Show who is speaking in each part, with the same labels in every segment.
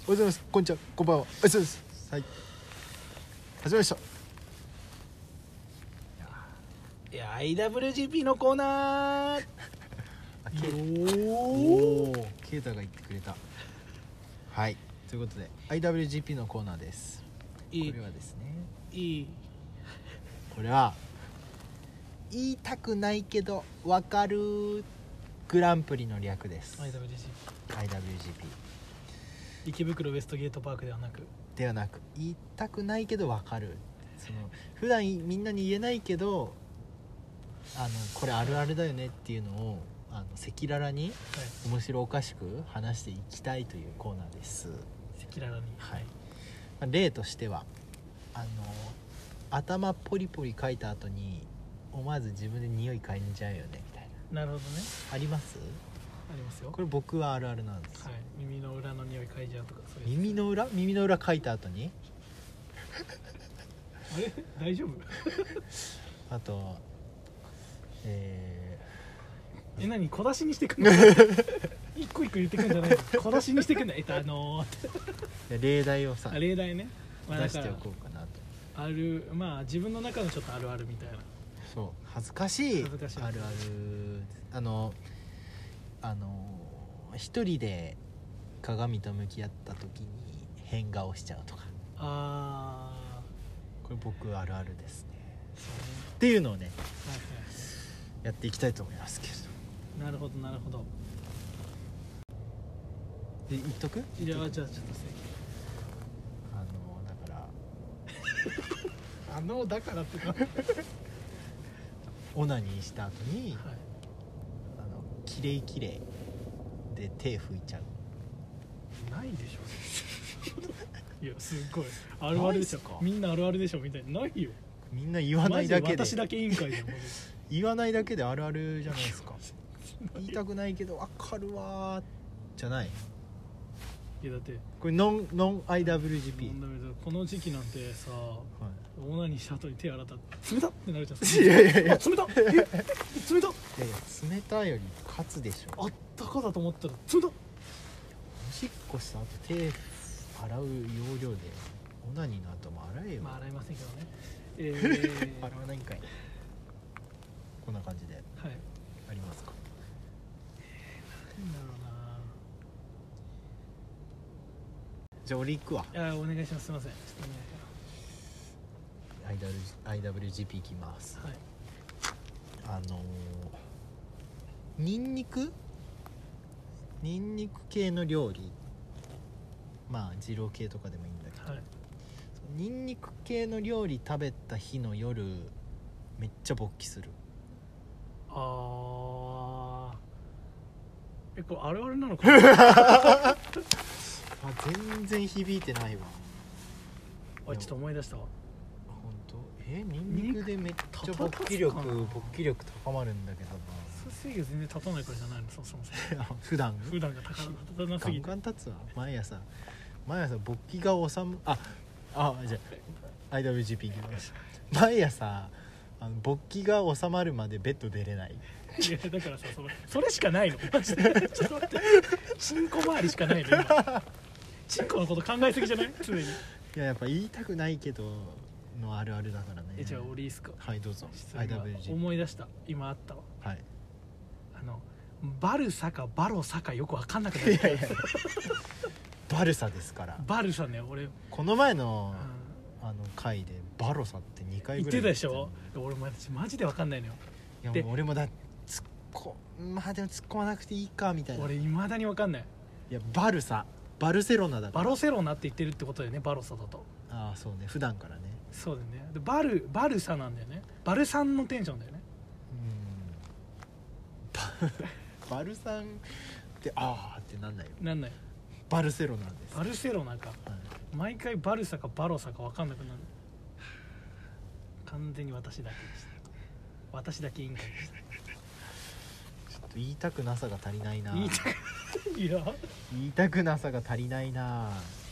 Speaker 1: おはようございます。こんにちは、こんばんは。おはようございます。はい。始まりました。
Speaker 2: いや IWGP のコーナー
Speaker 1: おお、ケイタが言ってくれた。はい。ということで IWGP のコーナーです。これはですね。これは言いたくないけどわかるグランプリの略です。IWGP。
Speaker 2: 池袋ウエストゲートパークではなく
Speaker 1: 言いたくないけどわかる。その普段みんなに言えないけどこれあるあるだよねっていうのを赤裸々に面白おかしく話していきたいというコーナーです。
Speaker 2: 赤裸々に、
Speaker 1: はい。例としては頭ポリポリ書いた後に思わず自分で匂い嗅いじゃうよねみたい
Speaker 2: な。なるほどね。
Speaker 1: あります？
Speaker 2: ありますよ。
Speaker 1: これ僕はあるあるなんです。
Speaker 2: はい。耳の裏の匂い嗅いじゃうとか。それ
Speaker 1: 耳の裏書いた後に
Speaker 2: あれ大丈夫？
Speaker 1: あと
Speaker 2: 何小出しにしてくんの？一個一個言ってくんじゃないの？小出しにしてくんの？
Speaker 1: 例題をさ
Speaker 2: 例題ね、
Speaker 1: 出しておこうかなと。
Speaker 2: ある、まあ自分の中のちょっとあるあるみたいな。
Speaker 1: そう、恥ずかしいあるある。一人で鏡と向き合った時に変顔しちゃうとか。これ僕あるあるですね。
Speaker 2: そうね。
Speaker 1: っていうのをね、
Speaker 2: はいはい、
Speaker 1: やっていきたいと思いますけれど。
Speaker 2: なるほどなるほど。
Speaker 1: 言っとく？
Speaker 2: いや、じゃあちょっとだからってか
Speaker 1: オナニーした後に、
Speaker 2: はい、
Speaker 1: キレイで手拭いちゃう。
Speaker 2: ないでしょ。いやすごいあるあるでしょ。みんなあるあるでしょみたいな。ないよ。
Speaker 1: みんな言わないだけで。
Speaker 2: 私だけ委員会で
Speaker 1: 言わないだけであるあるじゃないですか。言いたくないけど分かるわじゃない。
Speaker 2: いやだって
Speaker 1: これノン IWGP。
Speaker 2: この時期なんてさ、
Speaker 1: はい、
Speaker 2: オナニーした後に手洗ったら冷たってなるじゃん。
Speaker 1: いやいやいや、
Speaker 2: 冷た冷た。
Speaker 1: いやいや冷たいより勝つでしょ。
Speaker 2: あったかだと思ったら冷た。
Speaker 1: おしっこした後手洗う要領でオナニーの後も洗えよ。
Speaker 2: まあ洗いませんけどね。
Speaker 1: 洗わないんかい。こんな感じで、はい、ありますか。
Speaker 2: なんだろうな。
Speaker 1: じゃあ俺行くわ。
Speaker 2: いやお願いします。すいません。ちょっとね。
Speaker 1: IWGP 行きます。
Speaker 2: はい。
Speaker 1: ニンニク系の料理、まあ二郎系とかでもいいんだけど、はい、ニンニク系の料理食べた日の夜めっちゃ勃起する。
Speaker 2: これあるあるなのかな。
Speaker 1: 全然響いてないわ。
Speaker 2: ちょっと思い出したわ。
Speaker 1: 本当？ニンニクでめっちゃ勃起力高まるんだけどな。
Speaker 2: 制御全然立たないからじゃないの。そもそも普段が立たなすぎて
Speaker 1: ガンガン立つわ。毎朝勃起が収む。じゃあ IWGP 行きます。毎朝勃起が収まるまでベッド出れない。
Speaker 2: いやだからさ、それしかないの。マジでちょっと待って、チンコ周りしかないの今。チンコのこと考えすぎじゃない？常に。い
Speaker 1: ややっぱ言いたくないけどのあるあるだからね。
Speaker 2: じゃあ俺いいっすか。
Speaker 1: はいどうぞ。IWGP
Speaker 2: 思い出した。今あったわ。
Speaker 1: はい。
Speaker 2: バルサかバロサかよく分かんなくなる。
Speaker 1: いやバルサですから。
Speaker 2: バルサね。俺
Speaker 1: この前の、回でバロサって2回ぐらい
Speaker 2: 言ってたでしょ。俺マジで分かんないのよ。
Speaker 1: いやもう俺もでも突っ込まなくていいかみたいな。
Speaker 2: 俺未だに分かんない。
Speaker 1: いやバルセロナだから。
Speaker 2: バロセロナって言ってるってことだよね。バロサだと。
Speaker 1: そうね、普段からね。
Speaker 2: そうだよね。でバルサなんだよね。バルサンのテンションだよね。
Speaker 1: バルサンってってなんないよ。
Speaker 2: なんない。
Speaker 1: バルセロナです。
Speaker 2: バルセロナか、はい、毎回バルサかバロサか分かんなくなる。完全に私だけでした。私だけ委員会でした。
Speaker 1: ちょっと言いたくなさが足りないな。
Speaker 2: 言いたくなさが
Speaker 1: 足りないな。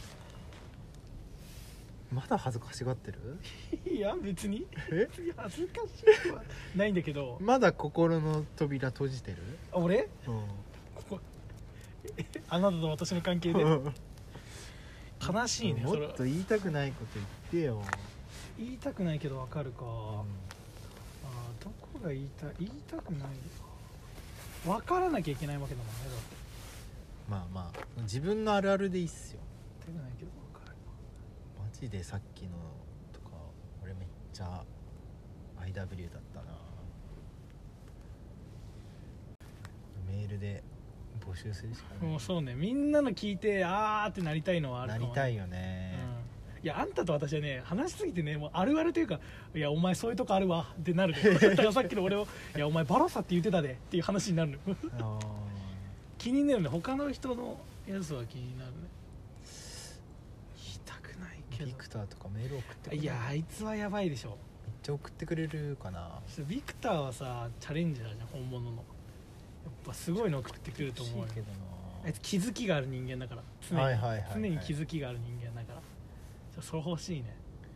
Speaker 1: まだ恥ずかしがってる？
Speaker 2: いや別に恥ずかしいはないんだけど。
Speaker 1: まだ心の扉閉じてる？
Speaker 2: 俺？ここあなたと私の関係で悲しいね。
Speaker 1: もっと言いたくないこと言ってよ。
Speaker 2: 言いたくないけど分かるか、どこが言いたくない分からなきゃいけないわけだもんね。だって
Speaker 1: まあ自分のあるあるでいいっすよ。
Speaker 2: 言いたくないけど分かる。
Speaker 1: マジでさっきのとか俺めっちゃ IW だったな。メールで募集するしかない。
Speaker 2: もうそうね、みんなの聞いてあーってなりたいのはあるかも、ね、
Speaker 1: なりたいよね、
Speaker 2: いやあんたと私はね話しすぎてね、もうあるあるというか、いやお前そういうとこあるわってなるねだからさっきの俺をいやお前バロさって言ってたでっていう話になるの
Speaker 1: あ
Speaker 2: 気になるね。他の人のやつは気になるね。言いたくないけど
Speaker 1: ビクターとかメール送ってくれる。
Speaker 2: いやあいつはやばいでしょ。
Speaker 1: めっちゃ送ってくれるかな。
Speaker 2: ビクターはさチャレンジャーじゃん、本物の。やっぱすごいの送ってくると思うよ。
Speaker 1: 欲しいけど
Speaker 2: あいつ気づきがある人間だから、常に、
Speaker 1: はいはいはいはい
Speaker 2: 常に気づきがある人間だから、それ欲しいね。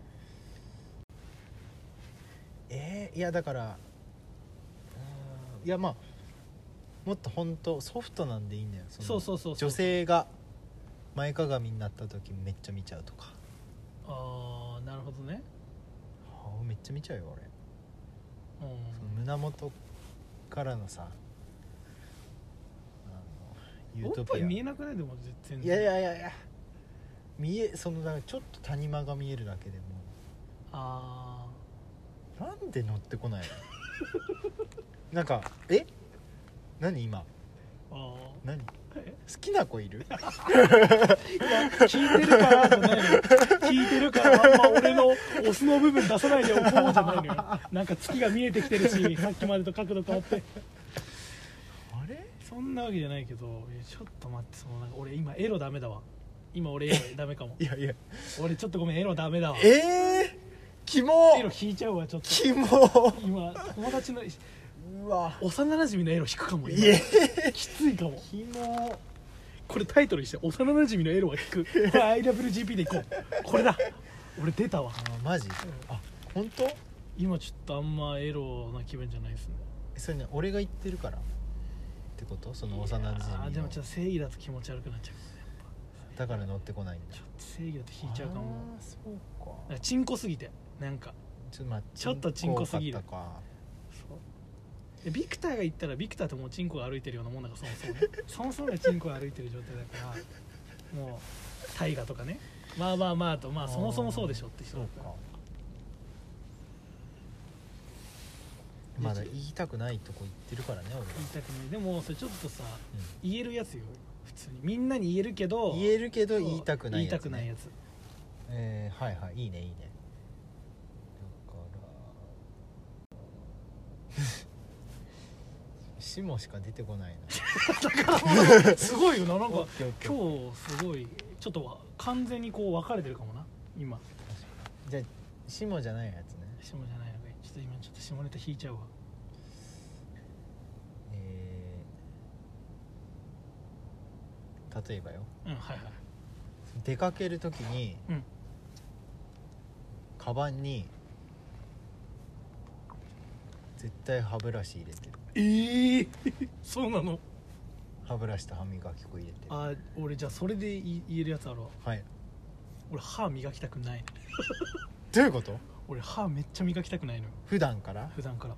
Speaker 1: いやだからいやまあもっと本当ソフトなんでいいんだよ。
Speaker 2: そう
Speaker 1: 女性が前かがみになった時めっちゃ見ちゃうとか。
Speaker 2: ああなるほどね。
Speaker 1: めっちゃ見ちゃうよ俺。
Speaker 2: うん
Speaker 1: その胸元からのさユー
Speaker 2: お
Speaker 1: トピア。
Speaker 2: っぱい見えなくないでも全然。
Speaker 1: いやそのなんかちょっと谷間が見えるだけでも
Speaker 2: あ
Speaker 1: なんで乗ってこないのなんか何今
Speaker 2: あ
Speaker 1: 何好
Speaker 2: え
Speaker 1: きな子いる
Speaker 2: 聞いてるからじゃないのよ。聞いてるからあんま俺のオスの部分出さないでおこうじゃないのよ。なんか月が見えてきてるし、さっきまでと角度変わって
Speaker 1: あれ
Speaker 2: そんなわけじゃないけど、ちょっと待って、そのなんか俺今エロダメだわ。今俺エロダメかも。
Speaker 1: いや
Speaker 2: 俺ちょっとごめん、エロダメだわ。
Speaker 1: キモ
Speaker 2: エロ引いちゃうわちょっと。
Speaker 1: キモ
Speaker 2: 今友達の
Speaker 1: うわ
Speaker 2: 幼馴染のエロ引くかも今。きついかも。
Speaker 1: キモ
Speaker 2: これタイトルにして幼馴染のエロは引く。これ IWGP でいこう。これだ。俺出たわ。
Speaker 1: マジ本当
Speaker 2: 今ちょっとあんまエロな気分じゃないですね。
Speaker 1: それね俺が言ってるからってことその幼馴染の
Speaker 2: でもちょっと正義だと気持ち悪くなっちゃう。
Speaker 1: だから乗ってこないんだ。
Speaker 2: ちょっと正義だと引いちゃうかも。
Speaker 1: そうか
Speaker 2: なんかチンコすぎてなんか
Speaker 1: ち
Speaker 2: ょっとチンコすぎる
Speaker 1: チンコ多かったか。
Speaker 2: そうビクターが言ったらビクターってもうチンコが歩いてるようなもんだから、そもそもねそもそもがチンコが歩いてる状態だからもう大河とかね、まあとそもそもそうでしょって人だったら。
Speaker 1: まだ言いたくないとこ言ってるからね俺は。
Speaker 2: 言いたくない。でもそれちょっとさ、言えるやつよ。普通にみんなに言えるけど
Speaker 1: 言いたくないやつ、ね、
Speaker 2: 言いたくないやつ。
Speaker 1: はいいいねだからシモしか出てこない
Speaker 2: なすごいよな。なんか
Speaker 1: オッケーオッケー
Speaker 2: 今日すごいちょっと完全にこう分かれてるかもな今。
Speaker 1: じゃあシモじゃないやつね。
Speaker 2: 下じゃないのか。ちょっと今ちょっと下ネタ引いちゃうわ。
Speaker 1: 例えばよ、
Speaker 2: はい
Speaker 1: 出かけるときに、カバンに絶対歯ブラシ入れてる。
Speaker 2: そうなの。
Speaker 1: 歯ブラシと歯磨き粉入れて。
Speaker 2: 俺じゃあそれで言えるやつあるわ。
Speaker 1: はい。
Speaker 2: 俺歯磨きたくない。
Speaker 1: どういうこと？
Speaker 2: 俺歯めっちゃ磨きたくないのよ
Speaker 1: 普段から？
Speaker 2: 普段から。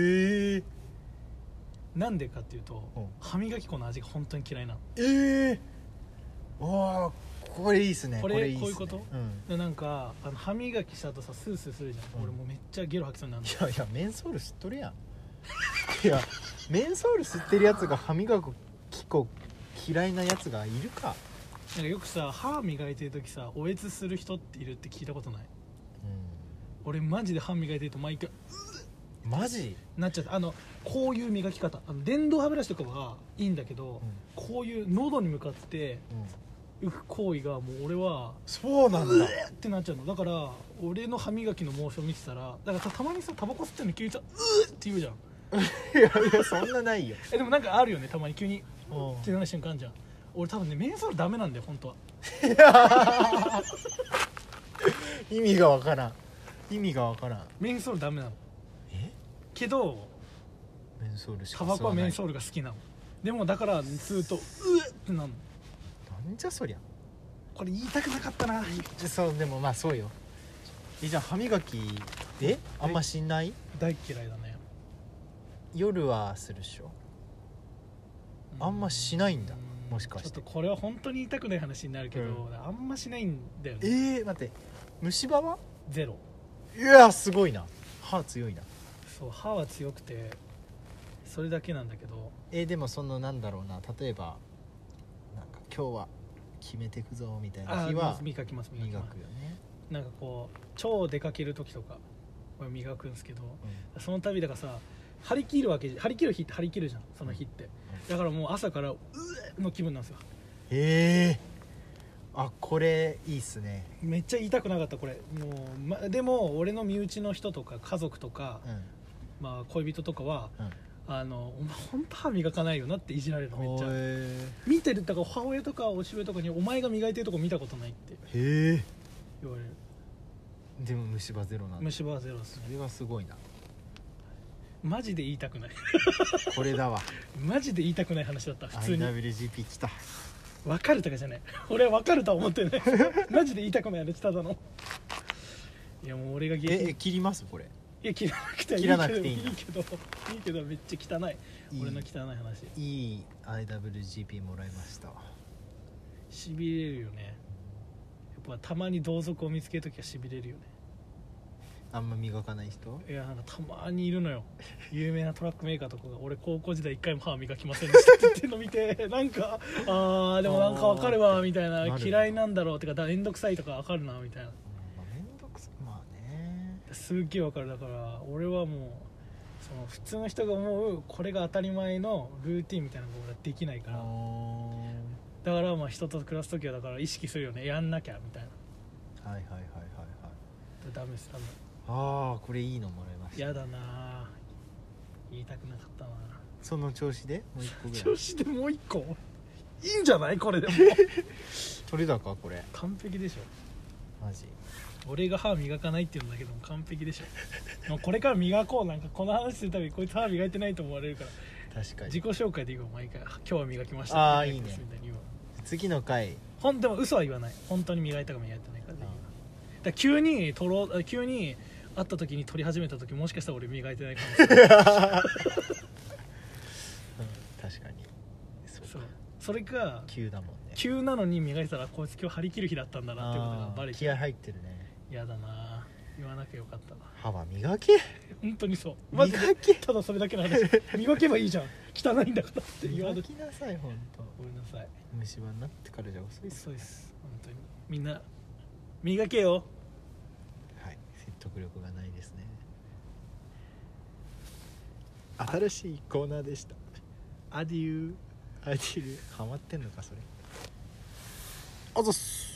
Speaker 2: なんでかっていうと、歯磨き粉の味が本当に嫌いなの。
Speaker 1: わあこれいいっすね。
Speaker 2: これ
Speaker 1: いいっすね。
Speaker 2: こういうこと、でなんか歯磨きした後さスースーするじゃん、俺もうめっちゃゲロ吐きそうになるの。
Speaker 1: いやメンソール吸っとるやんいやメンソール吸ってるやつが歯磨き粉嫌いなやつがいるか。
Speaker 2: なんかよくさ歯磨いてる時さおえつする人っているって聞いたことない？俺マジで歯磨いてると毎回
Speaker 1: マジ
Speaker 2: なっちゃって、こういう磨き方、電動歯ブラシとかはいいんだけど、こういう喉に向かって浮く行為がもう俺は
Speaker 1: そうなんだ
Speaker 2: ってなっちゃうの。だから俺の歯磨きのモーション見てたら、だからたまにさタバコ吸ってるの急にさって言うじゃん
Speaker 1: いやそんなないよ
Speaker 2: でもなんかあるよね、たまに急にってなる瞬間あるじゃん。俺多分ねメンソールダメなんだよ本当は
Speaker 1: 意味がわからん
Speaker 2: メンソールダメなのけど
Speaker 1: メンソールしか
Speaker 2: タバコはメンソールが好きなの。でもだからずっとってなるの。
Speaker 1: なんじゃそりゃ。
Speaker 2: これ言いたくなかったな。
Speaker 1: そうでもまあそうよ。じゃあ歯磨きあんましない？
Speaker 2: 大嫌いだね。
Speaker 1: 夜はするでしょ。あんましないんだ。もしかして
Speaker 2: ちょっとこれは本当に言いたくない話になるけど、あんましないんだよね。
Speaker 1: 待って、虫歯は
Speaker 2: ゼロ。
Speaker 1: いやすごいな。歯強いな。
Speaker 2: そう、歯は強くてそれだけなんだけど、
Speaker 1: でもそのなんだろうな、例えばなんか今日は決めてくぞみたいな日は
Speaker 2: 磨きます。
Speaker 1: 磨くよね。
Speaker 2: なんかこう超出かける時とか磨くんですけど、その度だからさ、張り切る日って張り切るじゃん、その日って、だからもう朝からの気分なんですよ。
Speaker 1: これいいっすね。
Speaker 2: めっちゃ言いたくなかったこれもう、でも俺の身内の人とか家族とか、恋人とかは、お前本当歯磨かないよなっていじられるの。めっちゃ見てる。だから母親とかおしべとかにお前が磨いてるとこ見たことないって言われる。
Speaker 1: でも虫歯ゼロなんだ。
Speaker 2: 虫歯はゼロですね。
Speaker 1: それはすごいな。
Speaker 2: マジで言いたくない
Speaker 1: これだわ。
Speaker 2: マジで言いたくない話だった。普通に
Speaker 1: IWGP 来た。
Speaker 2: 分かるとかじゃない、俺は分かるとは思ってないマジで言いたくない話ただの。いやもう俺が
Speaker 1: 切りますこれ。
Speaker 2: いや切らなくていいけどめっちゃ汚い。俺の汚い話。
Speaker 1: いい IWGP もらいました。
Speaker 2: しびれるよね。やっぱたまに同族を見つけるときはしびれるよね。
Speaker 1: あんま磨かない人？
Speaker 2: いやなんかたまにいるのよ。有名なトラックメーカーとかが俺高校時代一回も歯磨きませんでしたって言ってるの見てなんかでもなんか分かるわみたいな。嫌いなんだろうってか面倒くさいとか分かるなみたいな。
Speaker 1: 面倒くさい。まあね。
Speaker 2: すっげえ分かる。だから俺はもうその普通の人が思うこれが当たり前のルーティンみたいなのが俺はできないから。だからまあ人と暮らすときはだから意識するよね。やんなきゃみたいな。はい。ダメです。
Speaker 1: これいいのもらいました。
Speaker 2: やだな、言いたくなかったな。
Speaker 1: その調子でもう一個ぐらい。
Speaker 2: 調子でもう一個いいんじゃない？これでも
Speaker 1: 取れ高これ
Speaker 2: 完璧でしょ。
Speaker 1: マジ。
Speaker 2: 俺が歯磨かないっていうのだけでも完璧でしょ。もうこれから磨こう。なんかこの話するたびにこいつ歯磨いてないと思われるから。
Speaker 1: 確かに。
Speaker 2: 自己紹介でいいわ毎回。今日は磨きました
Speaker 1: いいね。次の回
Speaker 2: でも嘘は言わない。本当に磨いたか磨いてないからでいいわ。だ急に会った時に撮り始めた時もしかしたら俺磨いてないかもしれない
Speaker 1: 確かに。
Speaker 2: そうそれか
Speaker 1: 急だもんね。
Speaker 2: 急なのに磨いてたらこいつ今日張り切る日だったんだなってことがバレて
Speaker 1: 気合入ってるね。
Speaker 2: やだな、言わなきゃよかったな。
Speaker 1: 歯は磨け。
Speaker 2: 本当にそう。
Speaker 1: 磨け。
Speaker 2: ただそれだけの話。磨けばいいじゃん。汚いんだからって言わ
Speaker 1: 磨きなさい。本当。
Speaker 2: ごめんなさい。
Speaker 1: 虫歯になってからじゃ遅いっす。
Speaker 2: そうです。本当にみんな磨けよ。
Speaker 1: 説得力がないですね。新しいコーナーでした。アデュー。ハマってんのかそれ。あざっす。